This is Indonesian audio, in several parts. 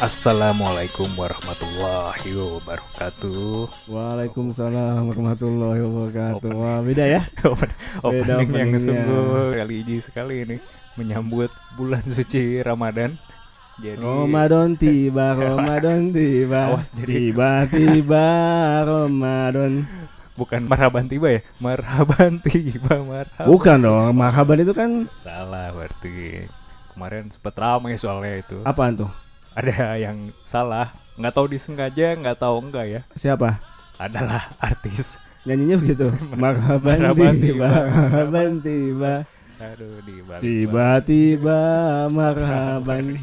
Assalamualaikum warahmatullahi wabarakatuh. Waalaikumsalam warahmatullahi wabarakatuh. Wah, beda ya? Opening yang openingnya. sungguh religi sekali ini menyambut bulan suci Ramadan. Jadi Ramadan tiba, Awas, jadi- tiba-tiba Ramadan. bukan marhaban tiba ya? Marhaban tiba, marhaban. Bukan dong, marhaban itu kan Salah berarti. Kemarin sempat ramai soalnya itu. apaan tuh? Ada yang salah, nggak tahu disengaja, nggak tahu enggak ya. Siapa? Adalah artis. Nyanyinya begitu. Marhaban Marhaban tiba, tiba. marhaban tiba, Aduh, dibalik. tiba-tiba marhaban.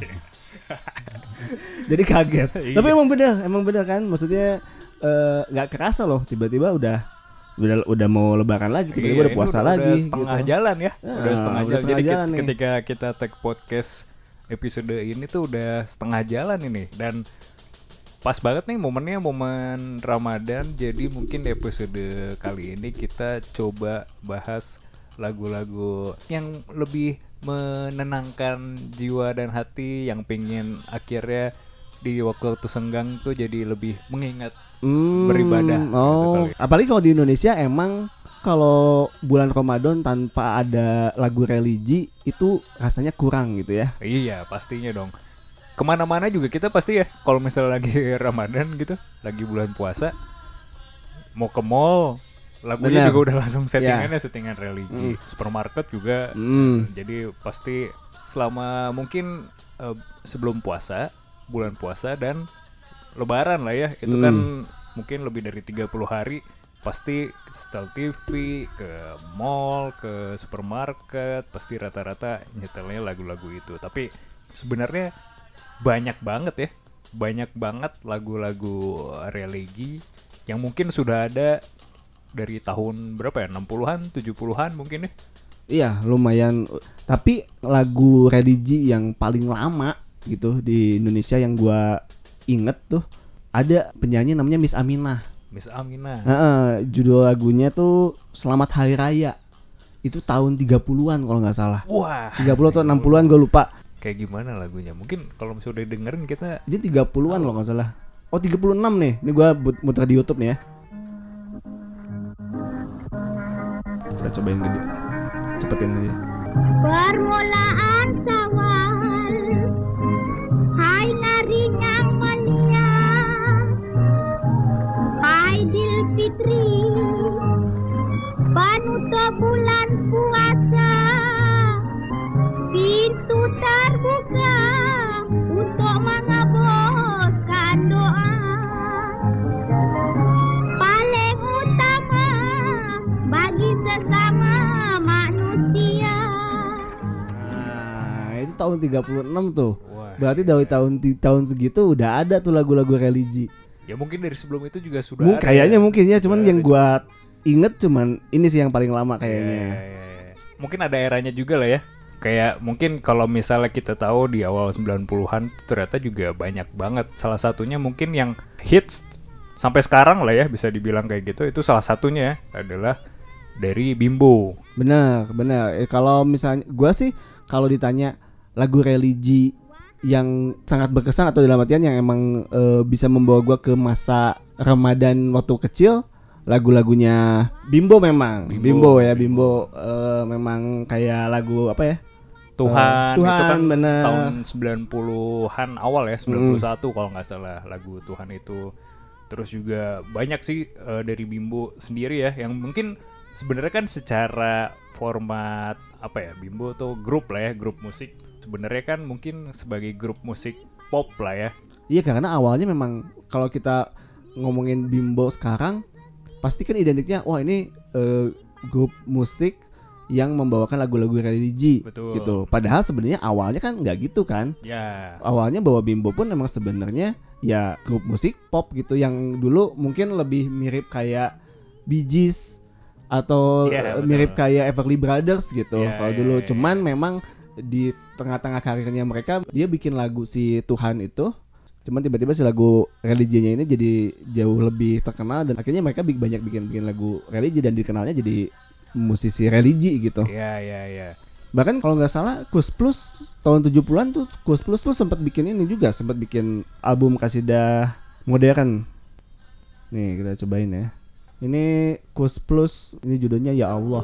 Jadi kaget. Iya. Tapi emang bener kan? Maksudnya nggak kerasa loh. Tiba-tiba udah mau lebaran lagi. Tiba-tiba udah Ini puasa udah lagi. setengah gitu. jalan ya. Ah, Udah setengah udah jalan. setengah Jadi jalan nih. ketika kita tag podcast episode ini tuh udah setengah jalan ini. Dan pas banget nih momennya momen Ramadan. Jadi mungkin di episode kali ini kita coba bahas lagu-lagu yang lebih menenangkan jiwa dan hati, yang pengen akhirnya di waktu-waktu senggang tuh jadi lebih mengingat beribadah gitu Oh, kali. apalagi kalau di Indonesia emang kalau bulan Ramadan tanpa ada lagu religi itu rasanya kurang gitu ya. Iya, pastinya dong. Kemana-mana juga kita pasti ya, kalau misalnya lagi Ramadan gitu, lagi bulan puasa, mau ke mall, lagunya Bener. juga udah langsung settingan religi. Supermarket juga, jadi pasti selama mungkin sebelum puasa, bulan puasa dan Lebaran lah ya, itu kan mungkin lebih dari 30 hari pasti setel TV, ke mall, ke supermarket, pasti rata-rata nyetelnya lagu-lagu itu. Tapi sebenarnya banyak banget lagu-lagu religi yang mungkin sudah ada dari tahun berapa ya, 60-an, 70-an mungkin ya. Iya, lumayan. Tapi lagu religi yang paling lama gitu di Indonesia yang gua inget tuh ada penyanyi namanya Miss Aminah. Miss Aminah. Judul lagunya tuh Selamat Hari Raya. Itu tahun 30-an kalau nggak salah. Wah, 30 atau 60-an gue lupa. kayak gimana lagunya? Mungkin kalau misalnya udah dengerin kita Dia 30-an kalau nggak salah. Oh 36 nih. Ini gue muter di YouTube nih ya. Kita cobain gede. Cepetin aja. Permulaan sawal, hai nari yang mulia, hai Idulfitri, penutup bulan puasa, pintu terbuka untuk mengabulkan doa. Paling utama bagi sesama manusia. Nah, itu tahun 36 tuh. Wah, Berarti dari tahun segitu udah ada tuh lagu-lagu religi. ya mungkin dari sebelum itu juga sudah ada. Kayaknya mungkin ya, cuman Sudah yang ada, gua inget cuman ini sih yang paling lama Iya, kayaknya. iya, iya. Mungkin ada eranya juga lah ya. Kayak mungkin kalau misalnya kita tahu di awal 90-an ternyata juga banyak banget. Salah satunya mungkin yang hits sampai sekarang lah ya, bisa dibilang kayak gitu. Itu salah satunya adalah dari Bimbo. Benar. Kalau misalnya gua sih kalau ditanya lagu religi yang sangat berkesan atau dalam artian yang emang bisa membawa gua ke masa Ramadan waktu kecil, lagu-lagunya Bimbo memang. Bimbo. Bimbo memang kayak lagu apa ya? Tuhan, itu Tuhan, kan bener. tahun 90-an awal ya, 91 kalau nggak salah lagu Tuhan itu. Terus juga banyak sih dari Bimbo sendiri ya, yang mungkin sebenarnya kan secara format apa ya, Bimbo tuh grup lah ya, grup musik. Sebenarnya kan mungkin sebagai grup musik pop lah ya. Iya, karena awalnya memang kalau kita ngomongin Bimbo sekarang pasti kan identiknya wah ini grup musik yang membawakan lagu-lagu religi. Betul. Gitu. Padahal sebenarnya awalnya kan nggak gitu kan. Ya, Awalnya bahwa Bimbo pun emang sebenarnya ya grup musik pop gitu yang dulu mungkin lebih mirip kayak Bee Gees atau Iya, betul. mirip kayak Everly Brothers gitu. Iya, Kalau iya, dulu iya. cuman memang di tengah-tengah karirnya mereka dia bikin lagu si Tuhan itu, cuman tiba-tiba si lagu religinya ini jadi jauh lebih terkenal dan akhirnya mereka banyak bikin lagu religi dan dikenalnya jadi musisi religi gitu. ya. Bahkan kalau nggak salah Kus Plus tahun 70-an tuh Kus Plus tuh sempat bikin ini juga, sempat bikin album kasidah modern. Nih kita cobain ya. Ini Kus Plus, ini judulnya Ya Allah.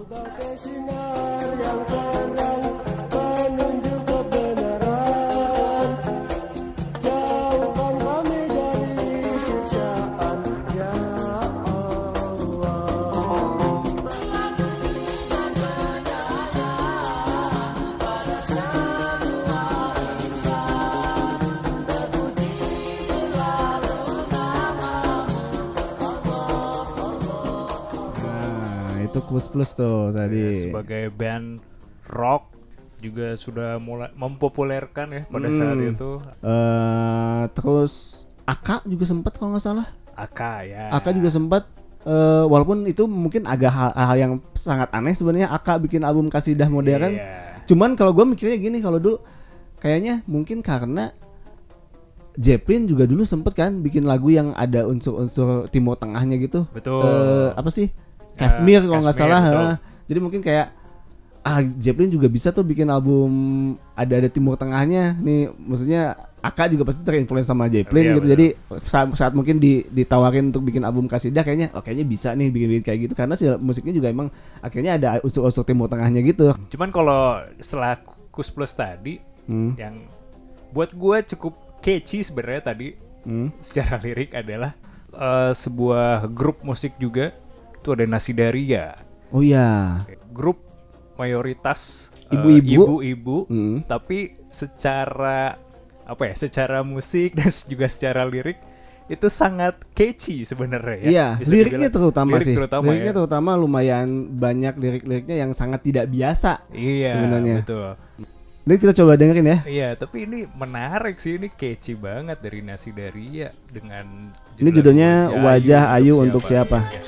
Itu Kus Plus tuh tadi. Sebagai band rock juga sudah mulai mempopulerkan ya pada saat itu. Terus Aka juga sempat kalau nggak salah. Aka juga sempat. Walaupun itu mungkin agak hal yang sangat aneh sebenarnya Aka bikin album kasidah modern. Cuman kalau gue mikirnya gini, kalau dulu kayaknya mungkin karena Zeppelin juga dulu sempet kan bikin lagu yang ada unsur-unsur Timur Tengahnya gitu. Betul. Apa sih? Kashmir kalau nggak salah. Jadi mungkin kayak Zeppelin juga bisa tuh bikin album ada Timur Tengahnya nih, maksudnya Aka juga pasti terinfluence sama Zeppelin gitu. Betul. Jadi saat mungkin ditawarin untuk bikin album kasidah kayaknya kayaknya bisa nih bikin kayak gitu karena si musiknya juga emang akhirnya ada unsur-unsur Timur Tengahnya gitu. Cuman kalau setelah Kus Plus tadi yang buat gue cukup catchy sebenarnya tadi secara lirik adalah sebuah grup musik juga. Itu ada Nasidaria. Oh iya. Grup mayoritas ibu-ibu, tapi secara secara musik dan juga secara lirik itu sangat catchy sebenarnya ya. Iya, liriknya terutama sih. Liriknya ya. terutama lumayan banyak lirik-liriknya yang sangat tidak biasa. Iya, sebenarnya. Betul. Ini kita coba dengerin ya. Iya, tapi ini menarik sih, ini catchy banget dari Nasidaria dengan ini judulnya Wajah Ayu untuk siapa? Ya.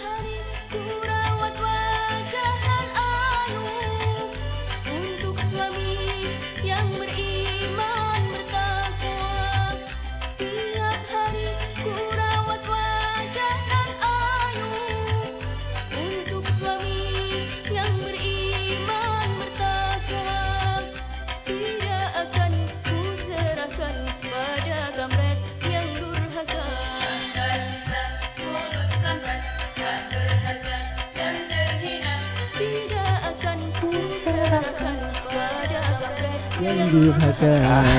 Yang durhaka.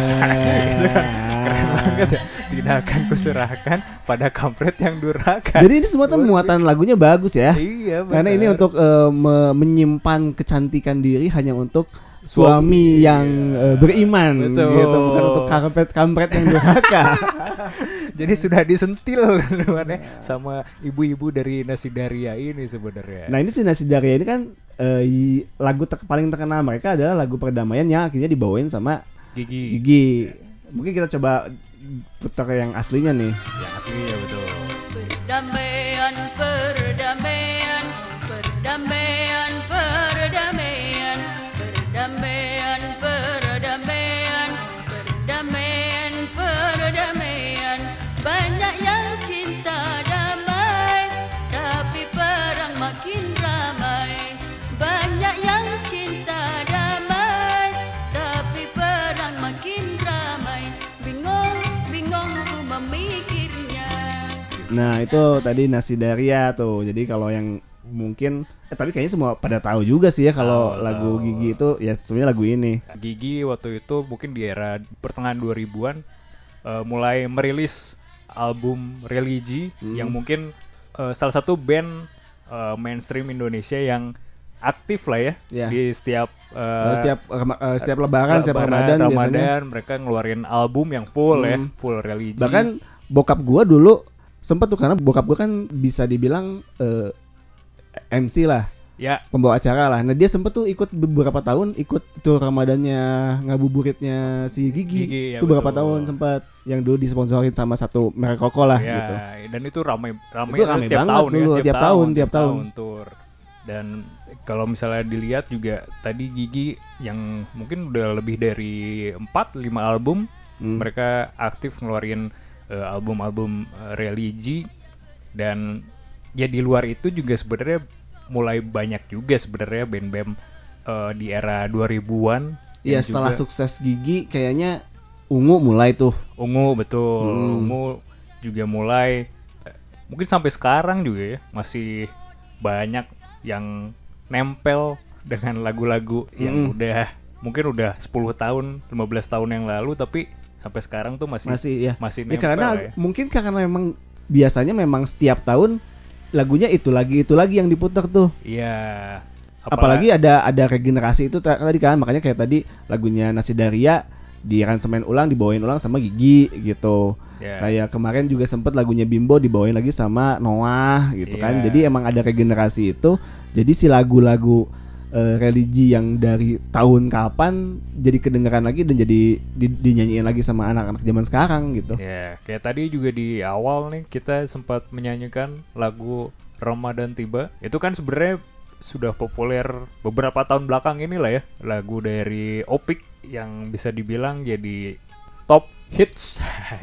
Itu kan keren banget ya. Tidak akan kuserahkan pada kampret yang durhaka. Jadi ini semua tuh muatan lagunya bagus ya. Iya benar. Karena ini untuk menyimpan kecantikan diri hanya untuk suami yang beriman. Betul. Gitu, bukan untuk kampret yang durhaka. Jadi sudah disentil sama ibu-ibu dari Nasidaria ini sebenarnya. Nah ini si Nasidaria ini kan lagu paling terkenal mereka adalah lagu perdamaian yang akhirnya dibawain sama Gigi. Mungkin kita coba putar yang aslinya nih. Yang aslinya betul. Perdamaian, perdamaian, perdamaian, perdamaian, perdamaian, perdamaian, perdamaian, perdamaian. Banyak yang cinta damai, tapi perang makin ramai. Banyak yang cinta damai, tapi perang makin ramai. Bingung, bingung ku memikirnya. Nah itu tadi Nasidaria tuh. Jadi kalau yang mungkin tapi kayaknya semua pada tahu juga sih ya kalau lagu Gigi itu ya sebenarnya lagu ini. Gigi waktu itu mungkin di era pertengahan 2000-an mulai merilis album Religi yang mungkin salah satu band mainstream Indonesia yang aktif lah ya di setiap Lebaran, setiap Ramadan biasanya mereka ngeluarin album yang full ya, full Religi. Bahkan bokap gua dulu sempet tuh karena bokap gua kan bisa dibilang MC lah. Ya, pembawa acara lah. Nah dia sempet tuh ikut beberapa tahun ikut tour Ramadannya ngabuburitnya si Gigi. Ya, itu beberapa tahun sempat yang dulu disponsorin sama satu merek rokok lah ya, gitu. Dan itu ramai tiap banget tahun dulu, ya, tiap tahun tour. Dan kalau misalnya dilihat juga tadi Gigi yang mungkin udah lebih dari 4-5 album mereka aktif ngeluarin album-album religi. Dan ya di luar itu juga sebenarnya mulai banyak juga sebenarnya band-band di era 2000-an. Iya, yang setelah juga- sukses Gigi kayaknya Ungu mulai tuh. Ungu betul, Ungu juga mulai mungkin sampai sekarang juga ya masih banyak yang nempel dengan lagu-lagu yang mungkin udah 10 tahun, 15 tahun yang lalu tapi sampai sekarang tuh masih Ya. masih Ya, nempel karena ya. mungkin karena memang biasanya memang setiap tahun lagunya itu lagi yang diputar tuh. Iya. Apalagi ada regenerasi itu tadi kan, makanya kayak tadi lagunya Nasi Daria di aransemen ulang, dibawain ulang sama Gigi gitu. Ya. Kayak kemarin juga sempet lagunya Bimbo dibawain lagi sama Noah gitu kan. Iya. Jadi emang ada regenerasi itu. Jadi si lagu-lagu religi yang dari tahun kapan jadi kedengeran lagi dan jadi dinyanyiin lagi sama anak-anak zaman sekarang gitu. Ya, kayak tadi juga di awal nih kita sempat menyanyikan lagu Ramadan Tiba. Itu kan sebenarnya sudah populer beberapa tahun belakang inilah ya, lagu dari Opik yang bisa dibilang jadi top hits.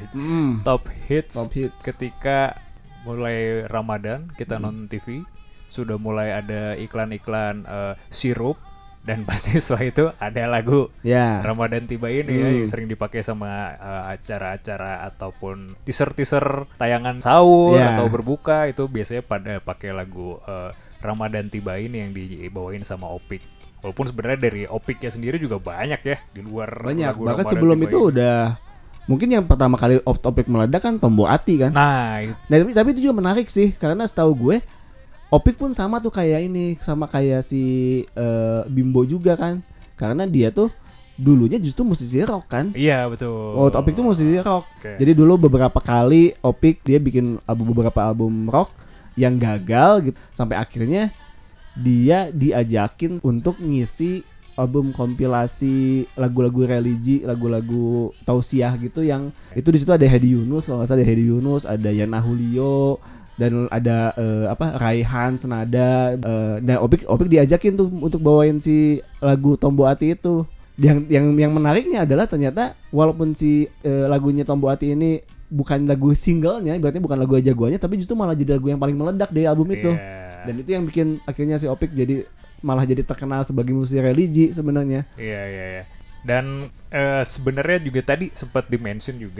Top hits ketika mulai Ramadan kita nonton TV, sudah mulai ada iklan-iklan sirup, dan pasti setelah itu ada lagu Ramadan Tiba ini ya, yang sering dipakai sama acara-acara ataupun teaser-teaser tayangan sahur atau berbuka, itu biasanya pada pakai lagu Ramadan Tiba ini yang dibawain sama Opik. Walaupun sebenarnya dari Opiknya sendiri juga banyak ya di luar banyak, lagu bahkan Ramadan sebelum Tiba itu ini. udah mungkin yang pertama kali Opik meledak kan Tombo Ati kan. Nah, tapi itu juga menarik sih, karena setahu gue Opik pun sama tuh kayak ini, sama kayak si Bimbo juga kan, karena dia tuh dulunya justru musisi rock kan. iya betul. Oh, Opik tuh musisi rock. Oke. Jadi dulu beberapa kali Opik dia bikin beberapa album rock yang gagal gitu, sampai akhirnya dia diajakin untuk ngisi album kompilasi lagu-lagu religi, lagu-lagu tausiah gitu, yang itu di situ ada Hedi Yunus, kalau nggak salah ada Hedi Yunus, ada Yana Julio, dan ada Raihan Senada. Nah Opik diajakin tuh untuk bawain si lagu Tombo Ati itu. Yang menariknya adalah ternyata walaupun si lagunya Tombo Ati ini bukan lagu singlenya, berarti bukan lagu jagoannya, tapi justru malah jadi lagu yang paling meledak dari album itu. Dan itu yang bikin akhirnya si Opik malah jadi terkenal sebagai musisi religi sebenarnya. Iya. Dan sebenarnya juga tadi sempat di-mention juga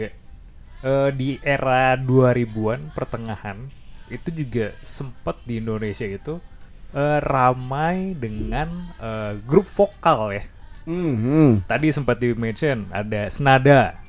di era 2000-an pertengahan itu juga sempat di Indonesia itu ramai dengan grup vokal ya. Tadi sempat di-mention ada Senada.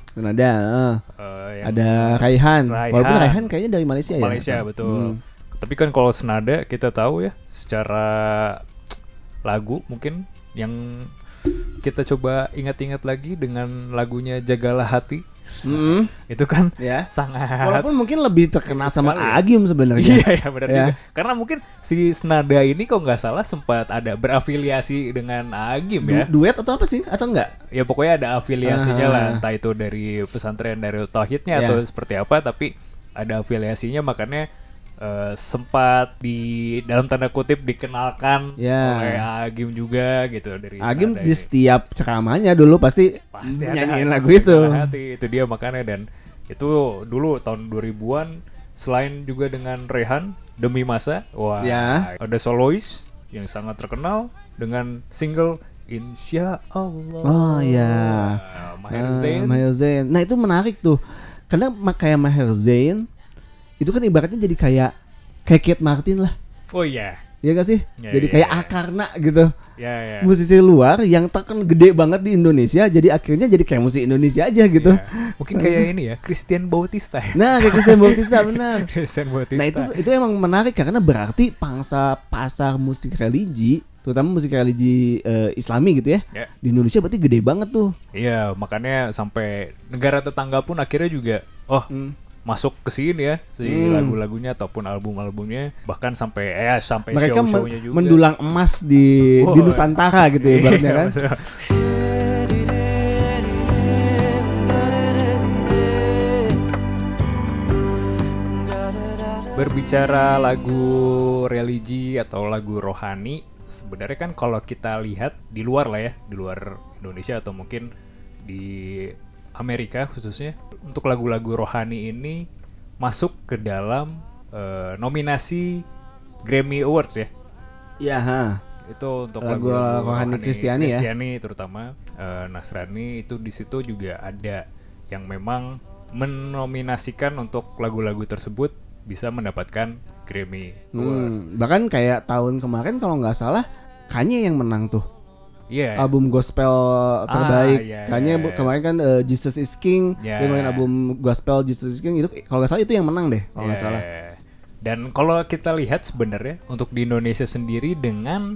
Ada Raihan. Walaupun Raihan kayaknya dari Malaysia ya. Malaysia betul. Tapi kan kalau Senada kita tahu ya, secara lagu mungkin yang kita coba ingat-ingat lagi dengan lagunya Jagalah Hati. Itu kan sangat, walaupun mungkin lebih terkenal sama sekali. Agim sebenarnya. Iya benar juga. Karena mungkin si Senada ini kok nggak salah sempat ada berafiliasi dengan Agim ya. Duet atau apa sih? Atau enggak? Ya pokoknya ada afiliasinya lah, entah itu dari pesantren dari tauhidnya atau seperti apa, tapi ada afiliasinya, makanya sempat di dalam tanda kutip dikenalkan oleh Agim juga gitu dari Agim Senada di ini. setiap ceramahnya dulu pasti nyanyiin lagu itu. Hati, itu dia makanya. Dan itu dulu tahun 2000-an, selain juga dengan Rehan Demi Masa, ada solois yang sangat terkenal dengan single Insya Allah. Oh ya, Maher Zain. Maher Zain. Nah itu menarik tuh, karena kayak Maher Zain itu kan ibaratnya jadi kayak Kate Martin lah. Oh iya. Iya gak sih? Ya, jadi ya, kayak ya. Akarna gitu. Ya. Musisi luar yang terkenal gede banget di Indonesia, jadi akhirnya jadi kayak musik Indonesia aja gitu. Ya. Mungkin kayak ini ya, Christian Bautista. Nah, kayak Christian Bautista benar. Christian Bautista. Nah, itu emang menarik karena berarti pangsa pasar musik religi, terutama musik religi Islami gitu ya. Di Indonesia berarti gede banget tuh. Iya, makanya sampai negara tetangga pun akhirnya juga masuk ke sini ya, si lagu-lagunya ataupun album-albumnya, bahkan sampai mereka show-shownya juga mendulang emas di Nusantara gitu ya ibaratnya kan. Berbicara lagu religi atau lagu rohani, sebenarnya kan kalau kita lihat di luar lah ya, di luar Indonesia atau mungkin di Amerika khususnya, untuk lagu-lagu rohani ini masuk ke dalam nominasi Grammy Awards ya. Iya, Itu untuk Lagu lagu-lagu rohani Kristiani ya? terutama Nasrani itu di situ juga ada yang memang menominasikan untuk lagu-lagu tersebut bisa mendapatkan Grammy Award. Bahkan kayak tahun kemarin kalau nggak salah Kanye yang menang tuh. Iya. Album gospel terbaik. iya, Kanye iya. kemarin kan Jesus is King. Iya. Dia ngeluarin album gospel Jesus is King itu kalau nggak salah itu yang menang deh kalau nggak Yeah. salah. Dan kalau kita lihat sebenarnya untuk di Indonesia sendiri dengan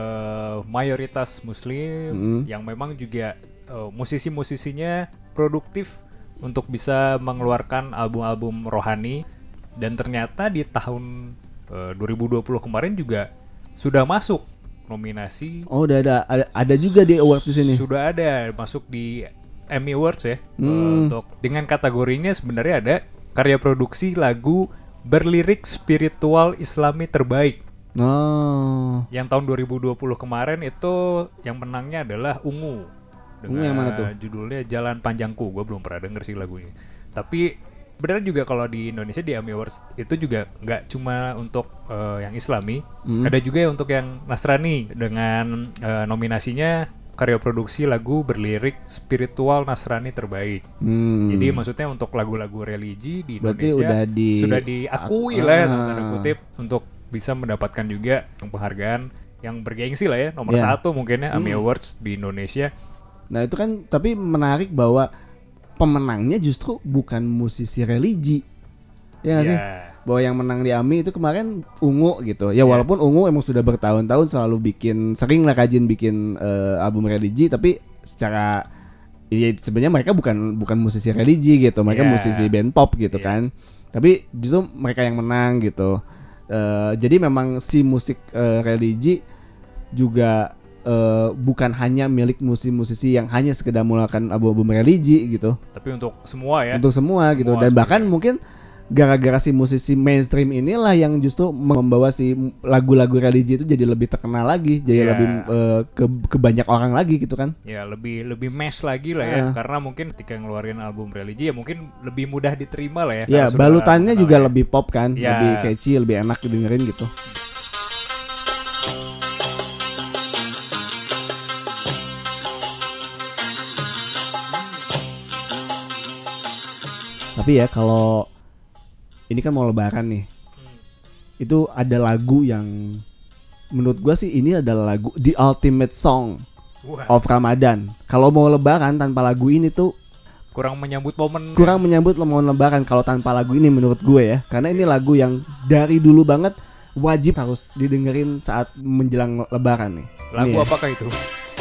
mayoritas Muslim yang memang juga musisi-musisinya produktif untuk bisa mengeluarkan album-album rohani, dan ternyata di tahun 2020 kemarin juga sudah masuk nominasi. Oh, udah ada juga di award di sini. Sudah ada masuk di Emmy Awards ya. Untuk dengan kategorinya sebenarnya ada karya produksi lagu berlirik spiritual Islami terbaik. Oh. Yang tahun 2020 kemarin itu yang menangnya adalah Ungu. Ungu yang mana tuh? Judulnya Jalan Panjangku. Gue belum pernah denger sih lagunya. Tapi benar juga kalau di Indonesia di Emmy Awards itu juga nggak cuma untuk yang Islami, ada juga untuk yang Nasrani dengan nominasinya karya produksi lagu berlirik spiritual Nasrani terbaik. Jadi maksudnya untuk lagu-lagu religi di Berarti Indonesia sudah udah diakui lah ya, tanda kutip, untuk bisa mendapatkan juga penghargaan yang bergengsi lah ya, nomor satu mungkin ya Emmy Awards di Indonesia. Nah itu kan tapi menarik bahwa pemenangnya justru bukan musisi religi, ya nggak sih? Bahwa yang menang di AMI itu kemarin Ungu gitu. Ya walaupun Ungu emang sudah bertahun-tahun selalu sering lah rajin bikin album religi, tapi secara ya sebenarnya mereka bukan musisi religi gitu. Mereka musisi band pop gitu kan. Tapi justru mereka yang menang gitu. Jadi memang si musik religi juga bukan hanya milik musisi-musisi yang hanya sekedar mengeluarkan album religi gitu. Tapi untuk semua ya. Untuk semua gitu. Dan bahkan mungkin gara-gara si musisi mainstream inilah yang justru membawa si lagu-lagu religi itu jadi lebih terkenal lagi, jadi lebih ke banyak orang lagi gitu kan. Ya lebih mass lagi lah ya. Karena mungkin ketika ngeluarin album religi ya mungkin lebih mudah diterima lah ya. Ya balutannya juga lebih pop kan, lebih catchy, lebih enak didengerin gitu. Tapi ya kalau ini kan mau lebaran nih, itu ada lagu yang menurut gua sih ini adalah lagu the ultimate song of Ramadan. Kalau mau lebaran tanpa lagu ini tuh kurang menyambut momen lebaran kalau tanpa lagu ini menurut gue ya. Karena ini lagu yang dari dulu banget wajib harus didengerin saat menjelang lebaran nih. Lagu Nih, apakah itu?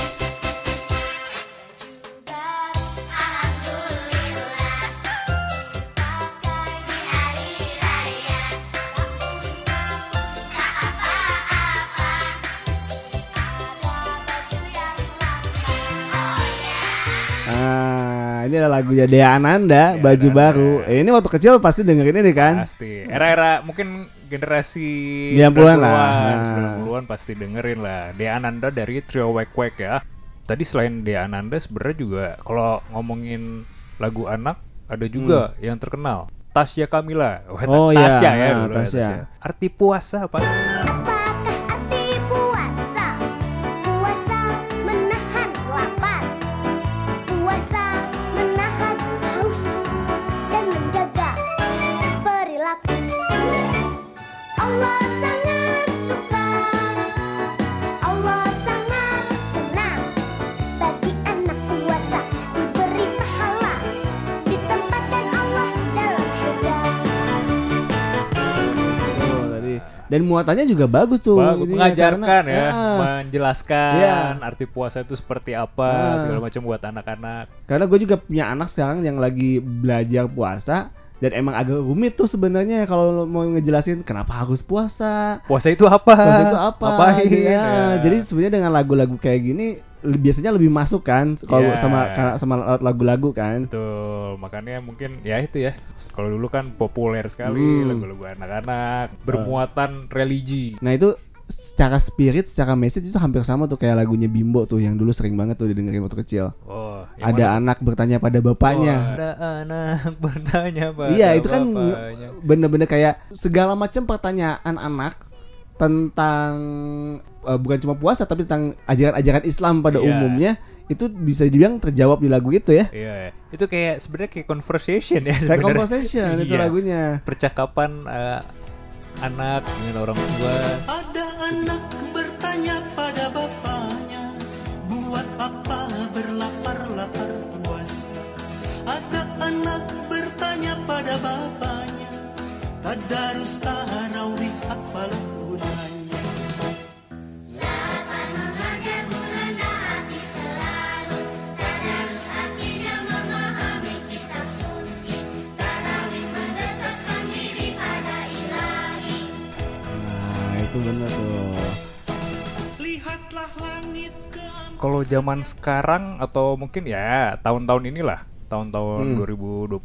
Ini adalah lagunya Dea Ananda, Baju Baru. Ini waktu kecil pasti dengerin ini kan? Pasti. Era-era mungkin generasi 90-an lah. 90-an pasti dengerin lah. Dea Ananda dari Trio Wek Wek ya. Tadi selain Dea Ananda sebenarnya juga kalau ngomongin lagu anak ada juga yang terkenal. Tasya Kamila. Tasya ya dulu. Tasya. Arti puasa apa? Apakah arti puasa? Puasa menahan lapar, puasa menahan haus dan menjaga perilaku. Allah sangat suka, Allah sangat senang bagi anak puasa diberi pahala, ditempatkan Allah dalam surga. Dan muatannya juga bagus tuh. Bagus, mengajarkan ya, menjelaskan Iya. arti puasa itu seperti apa, segala macam buat anak-anak. Karena gue juga punya anak sekarang yang lagi belajar puasa. Dan emang agak rumit tuh sebenarnya kalau lo mau ngejelasin kenapa harus puasa. Puasa itu apa? Puasa itu apa? Ngapain? Ya. Ya. Jadi sebenarnya dengan lagu-lagu kayak gini biasanya lebih masuk kan kalau sama lagu-lagu kan. Betul, makanya mungkin ya itu ya. Kalau dulu kan populer sekali lagu-lagu anak-anak bermuatan religi. Nah itu secara spirit, secara message itu hampir sama tuh kayak lagunya Bimbo tuh yang dulu sering banget tuh didengerin waktu kecil. Oh, ada anak bertanya pada bapaknya. Ada anak bertanya pada Iya itu kan bapaknya. bener-bener kayak segala macam pertanyaan anak tentang bukan cuma puasa tapi tentang ajaran-ajaran Islam pada umumnya itu bisa dibilang terjawab di lagu itu ya. Iya, itu kayak sebenarnya kayak conversation ya. Kayak conversation itu lagunya. Percakapan anak dengan orang tua. Ada anak bertanya pada bapaknya, buat apa berlapar-lapar puasa? Ada anak bertanya pada bapaknya, tadarus tarawih apalah gunanya? Itu benar tuh. Lihatlah langit ke Kalau zaman sekarang atau mungkin ya tahun-tahun inilah, tahun-tahun 2021,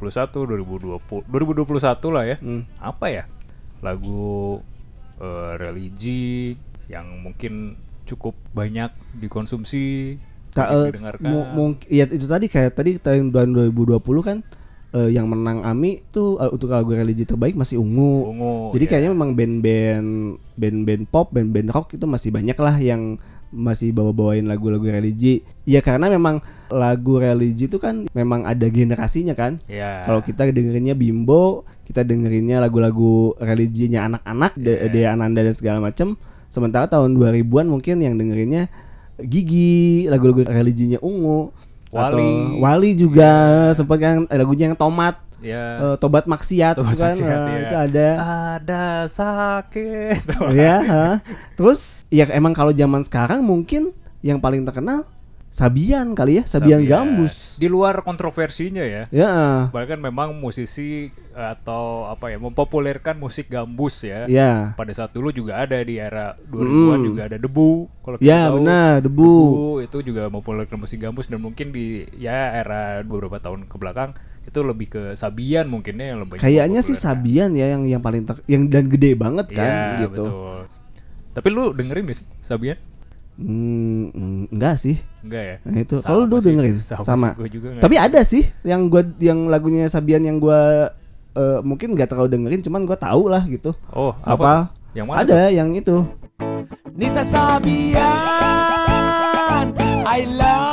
2021 lah ya. Apa ya? Lagu religi yang mungkin cukup banyak dikonsumsi, didengarkan. Mungkin ya itu tadi kayak tadi tahun 2020 kan yang menang AMI tuh untuk lagu religi terbaik masih Ungu. Jadi kayaknya memang band-band pop, band-band rock itu masih banyak lah yang masih bawa-bawain lagu-lagu religi. Ya karena memang lagu religi itu kan memang ada generasinya kan. Kalau kita dengerinnya Bimbo, kita dengerinnya lagu-lagu religinya anak-anak, Dea Ananda dan segala macam. Sementara tahun 2000-an mungkin yang dengerinnya Gigi, lagu-lagu religinya Ungu. Wali juga sempat kan lagunya yang Tomat, Tobat Maksiat, kan itu ada sakit terus ya emang kalau zaman sekarang mungkin yang paling terkenal Sabian kali ya, Sabian Gambus. Di luar kontroversinya ya. Bahkan memang musisi atau apa ya mempopulerkan musik gambus ya. Pada saat dulu juga ada di era 2000-an juga ada Debu. Kalau kita tahu, benar, Debu itu juga mempopulerkan musik gambus dan mungkin di era beberapa tahun ke belakang itu lebih ke Sabian mungkinnya yang lebih. Kayaknya sih Sabian ya yang paling yang dan gede banget kan gitu. Betul. Tapi lu dengerin gak sih Sabian? Enggak sih. Enggak ya. Nah itu. Kalau lu dengerin sama. Juga tapi ada sih yang lagunya Sabian yang gua mungkin nggak terlalu dengerin, cuman gua tahu lah gitu. Oh, apa? Yang mana? Ada yang itu. Nisa Sabian, I love